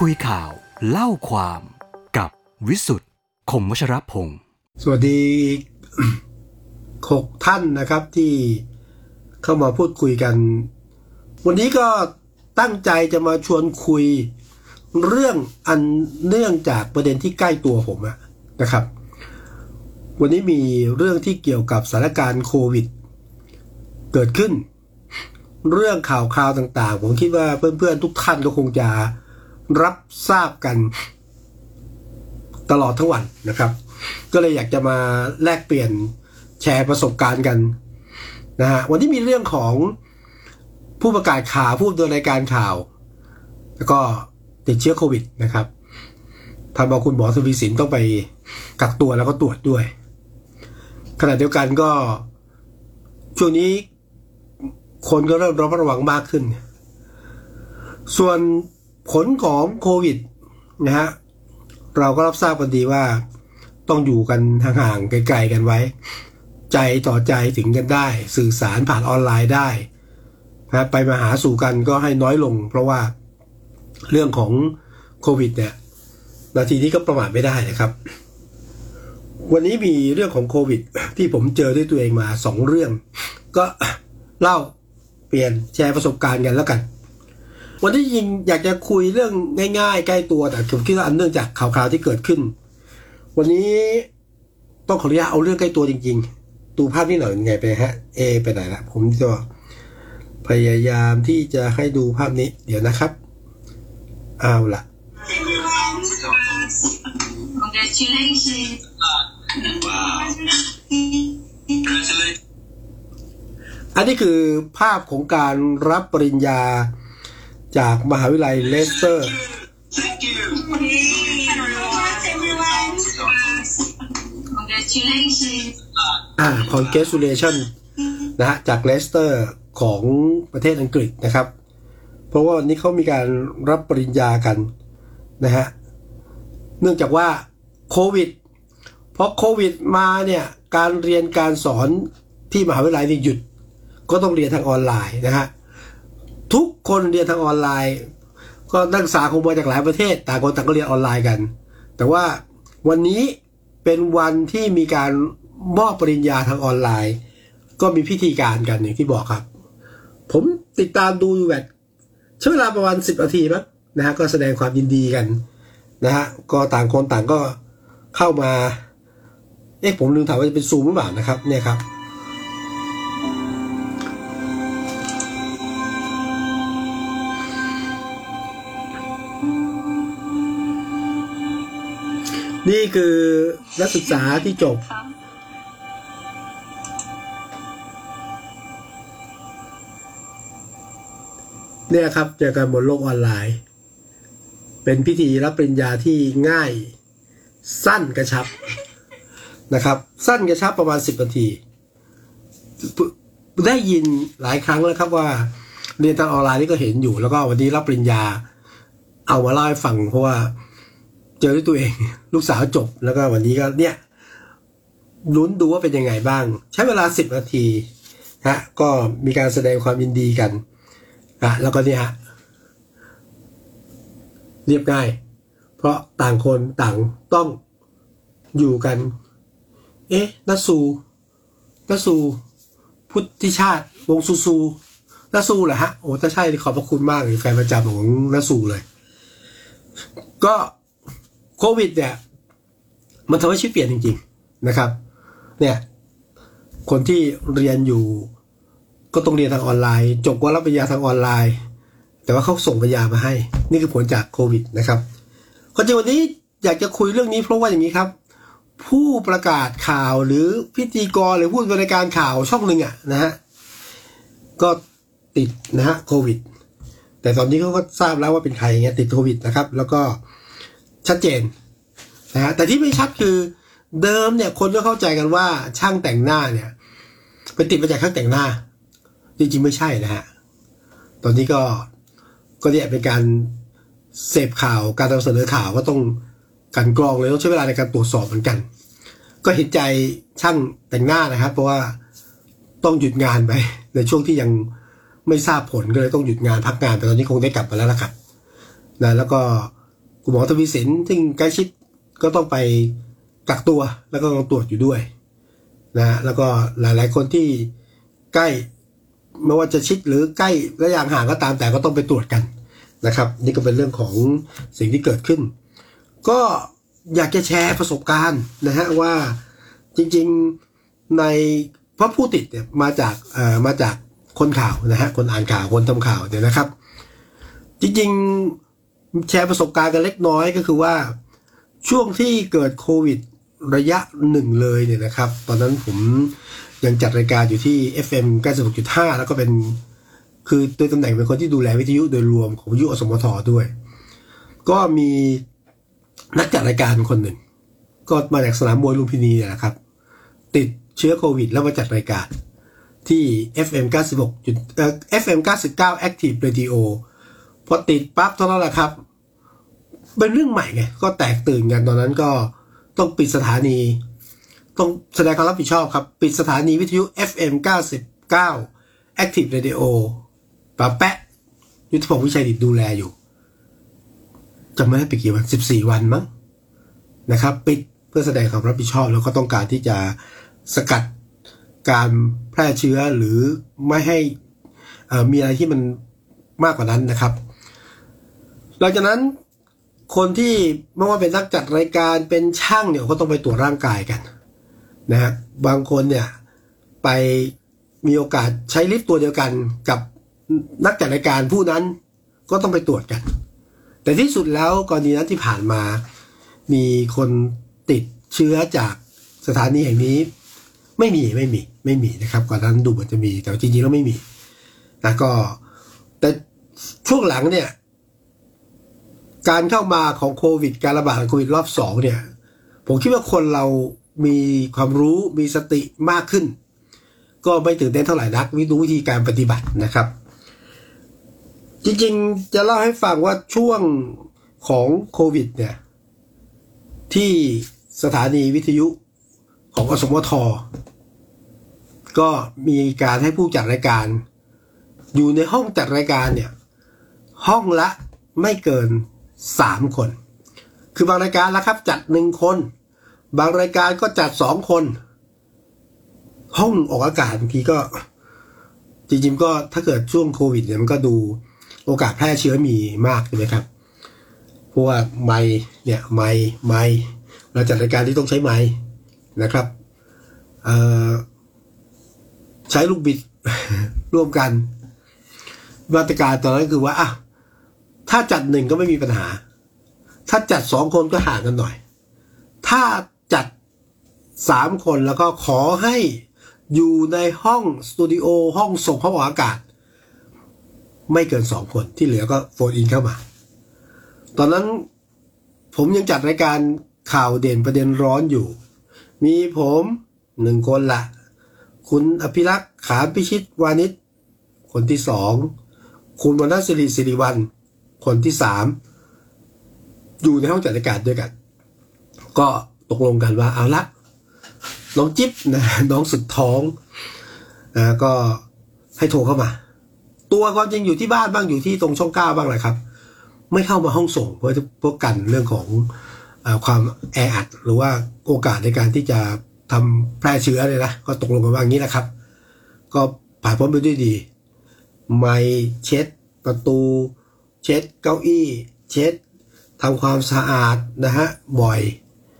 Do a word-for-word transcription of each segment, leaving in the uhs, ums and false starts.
คุยข่าวเล่าความกับวิสุทธ์คมวัชรพงศ์สวัสดี หกท่านนะครับที่เข้ามาพูดคุยกันวันนี้ก็ตั้งใจจะมาชวนคุยเรื่องอันเนื่องจากประเด็นที่ใกล้ตัวผมนะครับวันนี้มีเรื่องที่เกี่ยวกับสถานการณ์โควิดเกิดขึ้นเรื่องข่าวคราวต่างๆผมคิดว่าเพื่อนๆทุกท่านก็คงจะรับทราบกันตลอดทั้งวันนะครับก็เลยอยากจะมาแลกเปลี่ยนแชร์ประสบการณ์กันนะฮะวันนี้มีเรื่องของผู้ประกาศข่าวผู้ดำเนินรายการข่าวแล้วก็ติดเชื้อโควิดนะครับทำเอาคุณหมอทวีสินต้องไปกักตัวแล้วก็ตรวจด้วยขณะเดียวกันก็ช่วงนี้คนก็เริ่มระมัดระวังมากขึ้นส่วนผลของโควิดนะฮะเราก็รับทราบกันดีว่าต้องอยู่กันห่างๆไกลๆกันไว้ใจต่อใจถึงกันได้สื่อสารผ่านออนไลน์ได้นะไปมาหาสู่กันก็ให้น้อยลงเพราะว่าเรื่องของโควิดเนี่ยนาทีนี้ก็ประมาทไม่ได้นะครับวันนี้มีเรื่องของโควิดที่ผมเจอด้วยตัวเองมาสองเรื่องก็เล่าเปลี่ยนแชร์ประสบการณ์กันแล้วกันวันนี้ยิงอยากจะคุยเรื่องง่ายๆใกล้ตัวแต่ผมคิดว่าอันเนื่องจากข่าวๆที่เกิดขึ้นวันนี้ต้องขออนุญาตเอาเรื่องใกล้ตัวจริงๆดูภาพนี้หน่อยไงไปฮะเอไปไหนละผมจะพยายามที่จะให้ดูภาพนี้เดี๋ยวนะครับเอาล่ะ อันนี้คือภาพของการรับปริญญาจากมหาวิทยาลัยเลสเตอร์อ่า congratulation นะฮะจากเลสเตอร์ของประเทศอังกฤษนะครับเพราะว่าวันนี้เขามีการรับปริญญากันนะฮะเนื่องจากว่าโควิดเพราะโควิดมาเนี่ยการเรียนการสอนที่มหาวิทยาลัยนี่หยุดก็ต้องเรียนทางออนไลน์นะฮะทุกคนเรียนทางออนไลน์ก็นักศึกษาคงมาจากหลายประเทศต่างคนต่างก็เรียนออนไลน์กันแต่ว่าวันนี้เป็นวันที่มีการมอบปริญญาทางออนไลน์ก็มีพิธีการกันอย่างที่บอกครับผมติดตามดูอยู่แบบใช้เวลาประมาณสิบนาทีมั้งนะฮะก็แสดงความยินดีกันนะฮะก็ต่างคนต่างก็เข้ามาเอ๊ะผมลืมถามว่าจะเป็นซูมหรือเปล่านะครับเนี่ยครับนี่คือนักศึกษาที่จบเนี่ยครับเจอกันบนโลกออนไลน์เป็นพิธีรับปริญญาที่ง่ายสั้นกระชับนะครับสั้นกระชับประมาณสิบนาทีได้ยินหลายครั้งแล้วครับว่าเรียนทางออนไลน์นี่ก็เห็นอยู่แล้วก็วันนี้รับปริญญาเอามาเล่าให้ฟังเพราะว่าเจอด้วยตัวเองลูกสาวจบแล้วก็วันนี้ก็เนี่ยลุ้นดูว่าเป็นยังไงบ้างใช้เวลาสิบนาทีฮะก็มีการแสดงความยินดีกันนะแล้วก็เนี่ยฮะเรียบง่ายเพราะต่างคนต่างต้องอยู่กันเอ๊ะนัสูนัสูพุทธิชาติวงซูซูนัสูเหรอฮะโอ้ถ้าใช่ขอบพระคุณมากเลยแฟนประจำของนัสูเลยก็โควิดเนี่ยมันทำให้ชีวิตเปลี่ยนจริงๆนะครับเนี่ยคนที่เรียนอยู่ก็ต้องเรียนทางออนไลน์จบก็รับปริญญาทางออนไลน์แต่ว่าเขาส่งปริญญามาให้นี่คือผลจากโควิดนะครับก็จริงวันนี้อยากจะคุยเรื่องนี้เพราะว่าอย่างนี้ครับผู้ประกาศข่าวหรือพิธีกรหรือผู้ดำเนินรายการข่าวช่องหนึ่งอ่ะนะฮะก็ติดนะฮะโควิดแต่ตอนนี้เขาก็ทราบแล้วว่าเป็นใครเงี้ยติดโควิดนะครับแล้วก็ชัดเจนนะฮะแต่ที่ไม่ชัดคือเดิมเนี่ยคนก็เข้าใจกันว่าช่างแต่งหน้าเนี่ยเป็นติดมาจากช่างแต่งหน้าจริงๆไม่ใช่นะฮะตอนนี้ก็ก็เนี่ยเป็นการเสพข่าวการนำเสนอข่าวก็ต้องกันกรองเลยต้องใช้เวลาในการตรวจสอบเหมือนกันก็เห็นใจช่างแต่งหน้านะครับเพราะว่าต้องหยุดงานไปในช่วงที่ยังไม่ทราบผลก็เลยต้องหยุดงานพักงานแต่ตอนนี้คงได้กลับมาแล้วละครับนะแล้วก็คุณหมอทวีสินซึ่งใกล้ชิดก็ต้องไปกักตัวแล้วก็ต้องตรวจอยู่ด้วยนะแล้วก็หลายๆคนที่ใกล้ไม่ว่าจะชิดหรือใกล้ระยะห่างก็ตามแต่ก็ต้องไปตรวจกันนะครับนี่ก็เป็นเรื่องของสิ่งที่เกิดขึ้นก็อยากจะแชร์ประสบการณ์นะฮะว่าจริงๆในเพราะผู้ติดเนี่ยมาจากเอ่อมาจากคนข่าวนะฮะคนอ่านข่าวคนทำข่าวเนี่ยนะครับจริงๆแชร์ประสบการณ์กันเล็กน้อยก็คือว่าช่วงที่เกิดโควิดระยะหนึ่งเลยเนี่ยนะครับตอนนั้นผมยังจัดรายการอยู่ที่ เอฟ เอ็ม เก้าสิบหกจุดห้า แล้วก็เป็นคือโดยตำแหน่งเป็นคนที่ดูแลวิทยุโดยรวมของวิทยุอสมทด้วยก็มีนักจัดรายการคนหนึ่งก็มาจากสนามมวยลุมพินีเนี่ยนะครับติดเชื้อโควิดแล้วมาจัดรายการที่ เอฟ เอ็ม เก้าสิบหกจุดเอ่อ เอฟ เอ็ม เก้าสิบเก้า Active Radio พอติดปั๊บเท่านั้นแหละครับเป็นเรื่องใหม่ไงก็แตกตื่นกันตอนนั้นก็ต้องปิดสถานีต้องแสดงความรับผิดชอบครับปิดสถานีวิทยุ เอฟ เอ็ม เก้าสิบเก้า Active Radio ป้าแปะยุทธพงศ์วิชัยดิตดูแลอยู่จำไม่ได้ไปกี่วันสิบสี่วันมั้งนะครับปิดเพื่อแสดงความรับผิดชอบแล้วก็ต้องการที่จะสกัดการแพร่เชื้อหรือไม่ให้มีอะไรที่มันมากกว่านั้นนะครับหลังจากนั้นคนที่ไม่ว่าเป็นนักจัดรายการเป็นช่างเนี่ยก็ต้องไปตรวจร่างกายกันนะฮะบางคนเนี่ยไปมีโอกาสใช้ลิฟต์ตัวเดียวกันกับนักจัดรายการผู้นั้นก็ต้องไปตรวจกันแต่ที่สุดแล้วกรณีนั้นที่ผ่านมามีคนติดเชื้อจากสถานีแห่งนี้ไม่มีไม่มีไม่มีนะครับก่อนนั้นดูเหมือนจะมีแต่จริงๆแล้วไม่มีนะก็แต่ช่วงหลังเนี่ยการเข้ามาของโควิดการระบาดของโควิดรอบสองเนี่ยผมคิดว่าคนเรามีความรู้มีสติมากขึ้นก็ไม่ตื่นเต้นเท่าไหร่นักวิรู้วิธีการปฏิบัตินะครับจริงๆจะเล่าให้ฟังว่าช่วงของโควิดเนี่ยที่สถานีวิทยุของอสมทก็มีการให้ผู้จัดรายการอยู่ในห้องจัดรายการเนี่ยห้องละไม่เกินสามคนคือบางรายการแล้วครับจัดหนึ่งคนบางรายการก็จัดสองคนห้องออกอากาศบางทีก็จริงๆก็ถ้าเกิดช่วงโควิดเนี่ยมันก็ดูโอกาสแพร่เชื้อมีมากใช่ไหมครับเพราะว่าไมค์เนี่ยไมค์ไมค์เราจัดรายการที่ต้องใช้ไมค์นะครับเอ่อใช้ลูกบิด ร่วมกันมาตรการตอนนั้นคือว่าอ่ะถ้าจัดหนึ่งก็ไม่มีปัญหาถ้าจัดสองคนก็ห่างกันหน่อยถ้าจัดสามคนแล้วก็ขอให้อยู่ในห้องสตูดิโอห้องส่งเข้าออกอากาศไม่เกินสองคนที่เหลือก็โฟนอินเข้ามาตอนนั้นผมยังจัดรายการข่าวเด่นประเด็นร้อนอยู่มีผมหนึ่งคนละคุณอภิรักษ์ขานพิชิตวานิชคนที่สองคุณวรรณศิริศิริวัลย์คนที่สามอยู่ในห้องจัดรายการด้วยกันก็ตกลงกันว่าเอาละน้องจิ๊บนะน้องสุดท้องนะก็ให้โทรเข้ามาตัวความจริงอยู่ที่บ้านบ้างอยู่ที่ตรงช่องเก้าบ้างแหละครับไม่เข้ามาห้องส่งเพื่อเพื่อกันเรื่องของเอ่อความแออัดหรือว่าโอกาสในการที่จะทำแพร่เชื้อเลยนะก็ตกลงกันว่าอย่างนี้แหละครับก็ผ่านพ้นไปด้วยดีไมค์เช็ดประตูเช็ดเก้าอี้เช็ดทำความสะอาดนะฮะบ่อย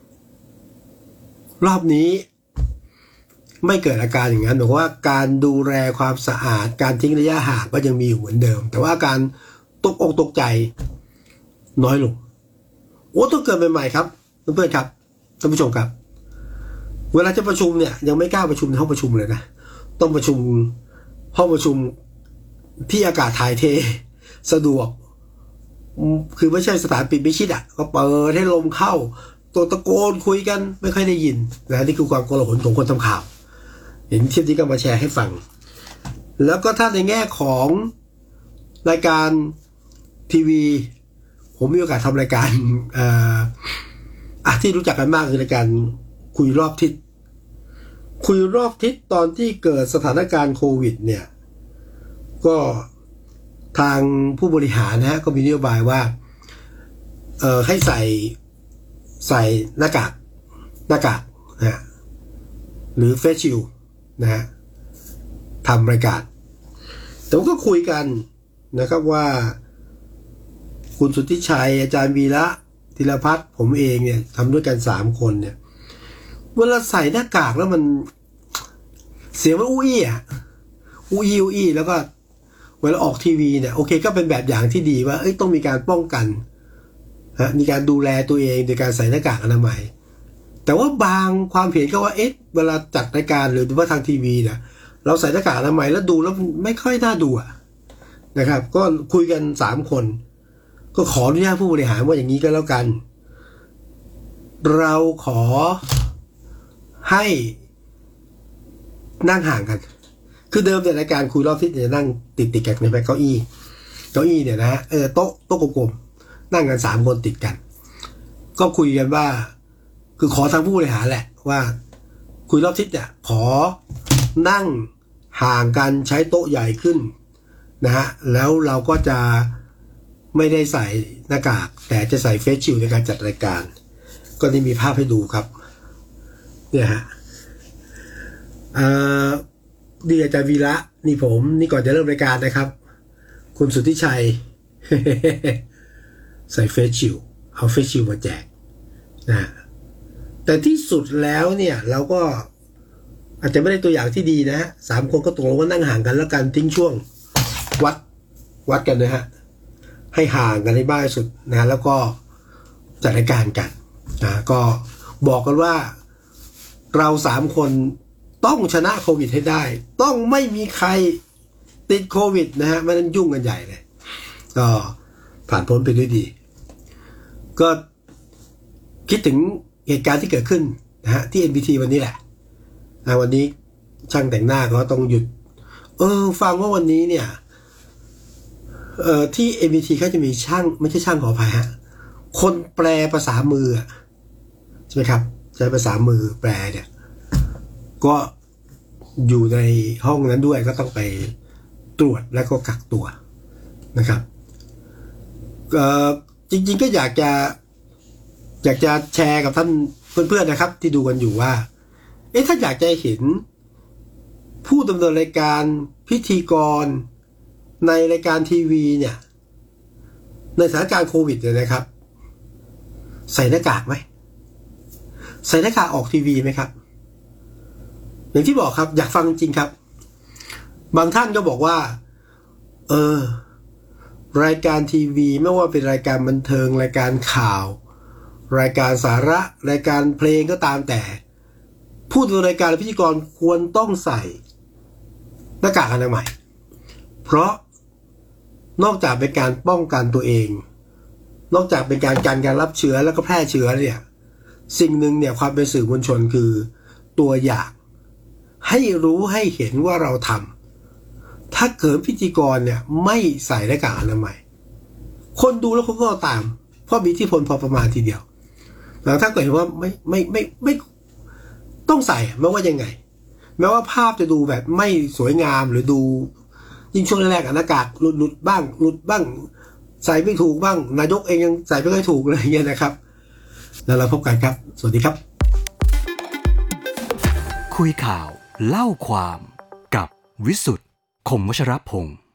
รอบนี้ไม่เกิดอาการอย่างนั้นหรือว่าการดูแลความสะอาดการทิ้งระยะห่างก็ยังมีอยู่เหมือนเดิมแต่ว่าการตกอกตกใจน้อยลงโอ้ต้องเกิดใหม่ๆครับเพื่อนๆครับท่านผู้ชมครับเวลาจะประชุมเนี่ยยังไม่กล้าประชุมในห้องประชุมเลยนะต้องประชุมห้องประชุมที่อากาศถ่ายเทสะดวกคือไม่ใช่สถานปิดมิชิดอ่ะก็เปิดให้ลมเข้าตัวตะโกนคุยกันไม่ค่อยได้ยินนะนี่คือความโกลาหลของคนทำข่าวเห็นเทียบที่ก็มาแชร์ให้ฟังแล้วก็ถ้าในแง่ของรายการทีวีผมมีโอกาสทำรายการเอ่ออ่ะที่รู้จักกันมากคือรายการคุยรอบทิศคุยรอบทิศตอนที่เกิดสถานการณ์โควิดเนี่ยก็ทางผู้บริหารนะฮะก็มีนโยบายว่าเอ่อให้ใส่ใส่หน้ากากหน้ากากนะฮะหรือเฟซชิลด์นะฮะทำรายการแต่ก็คุยกันนะครับว่าคุณสุทธิชัยอาจารย์วีระธีรพัฒน์ผมเองเนี่ยทำด้วยกันสามคนเนี่ยเวลาใส่หน้ากากแล้วมันเสียงมันอุ้ยอ่ะอุ้ยอุ้ยแล้วก็เวลาออกทีวีเนี่ยโอเคก็เป็นแบบอย่างที่ดีว่าเอ้ยต้องมีการป้องกันฮะมีการดูแลตัวเองโดยการใส่หน้ากากอนามัยแต่ว่าบางความเห็นก็ว่าเอ๊ะเวลาจัดรายการหรือดูว่าทางทีวีเนี่ยเราใส่หน้ากากอนามัยแล้วดูแล้วไม่ค่อยน่าดูอ่ะนะครับก็คุยกันสามคนก็ขออนุญาตผู้บริหารว่าอย่างนี้ก็แล้วกันเราขอให้นั่งห่างกันคือเดิมในรายการคุยรอบทิศจะนั่งติดติดกันในเก้าอี้เก้าอี้เนี่ยนะฮะเออโต๊ะโต๊ะกลมๆนั่งกันสามคนติดกันก็คุยกันว่าคือขอทางผู้บริหารแหละว่าคุยรอบทิศเนี่ยขอนั่งห่างกันใช้โต๊ะใหญ่ขึ้นนะฮะแล้วเราก็จะไม่ได้ใส่หน้ากากแต่จะใส่เฟซชิลด์ในการจัดรายการก็ได้มีภาพให้ดูครับเนี่ยฮะเอ่อดีอาจารย์วีระนี่ผมนี่ก่อนจะเริ่มรายการนะครับคุณสุทธิชัย ใส่เฟซชิลด์เอาเฟซชิลด์มาแจกนะแต่ที่สุดแล้วเนี่ยเราก็อาจจะไม่ได้ตัวอย่างที่ดีนะฮะสามคนก็ตกลงว่านั่งห่างกันแล้วกันทิ้งช่วงวัดวัดกันนะฮะให้ห่างกันให้มากที่สุดนะแล้วก็จัดรายการกันนะก็บอกกันว่าเราสามคนต้องชนะโควิดให้ได้ต้องไม่มีใครติดโควิดนะฮะไม่นั้นยุ่งกันใหญ่เลยก็ผ่านพ้นไปด้วยดีก็คิดถึงเหตุการณ์ที่เกิดขึ้นนะฮะที่ เอ็น บี ที วันนี้แหละนะวันนี้ช่างแต่งหน้าก็ต้องหยุดเออฟังว่าวันนี้เนี่ยเอ่อที่ เอ็ม บี ที เขาจะมีช่างไม่ใช่ช่างขออภัยฮะคนแปลภาษามือใช่ไหมครับใช้ภาษามือแปลเนี่ยก็อยู่ในห้องนั้นด้วยก็ต้องไปตรวจแล้วก็กักตัวนะครับเอ่อจริงๆก็อยากจะอยากจะแชร์กับท่านเพื่อนๆนะครับที่ดูกันอยู่ว่าเอ๊ะถ้าอยากจะเห็นผู้ดำเนินรายการพิธีกรในรายการทีวีเนี่ยในสถานการณ์โควิดเนี่ยนะครับใส่หน้ากากไหมใส่หน้ากากออกทีวีไหมครับอย่างที่บอกครับอยากฟังจริงครับบางท่านก็บอกว่าเออรายการทีวีไม่ว่าเป็นรายการบันเทิงรายการข่าวรายการสาระรายการเพลงก็ตามแต่ผู้ดำเนินรายการและพิธีกรควรต้องใส่หน้ากากอนามัยเพราะนอกจากเป็นการป้องกันตัวเองนอกจากเป็นการกันการรับเชื้อแล้วก็แพร่เชื้อเนี่ยสิ่งหนึ่งเนี่ยความเป็นสื่อมวลชนคือตัวอย่างให้รู้ให้เห็นว่าเราทำถ้าเกิดพิธีกรเนี่ยไม่ใส่หน้ากากอนามัยคนดูแล้วเขาก็ตามเพราะมีอิทธิพลพอประมาณทีเดียวแล้วถ้าเกิดเห็นว่าไม่ไม่ไม่ไม่ต้องใส่ไม่ว่ายังไงแม้ว่าภาพจะดูแบบไม่สวยงามหรือดูยิ่งช่วงแรกๆหน้ากากหลุดหลุดบ้างหลุดบ้างใส่ไม่ถูกบ้างนายกเองยังใส่ไม่ค่อยถูกอะไรอย่างเงี้ยนะครับแล้วเราพบกันครับสวัสดีครับคุยข่าวเล่าความกับวิสุทธ์คมวัชรพงศ์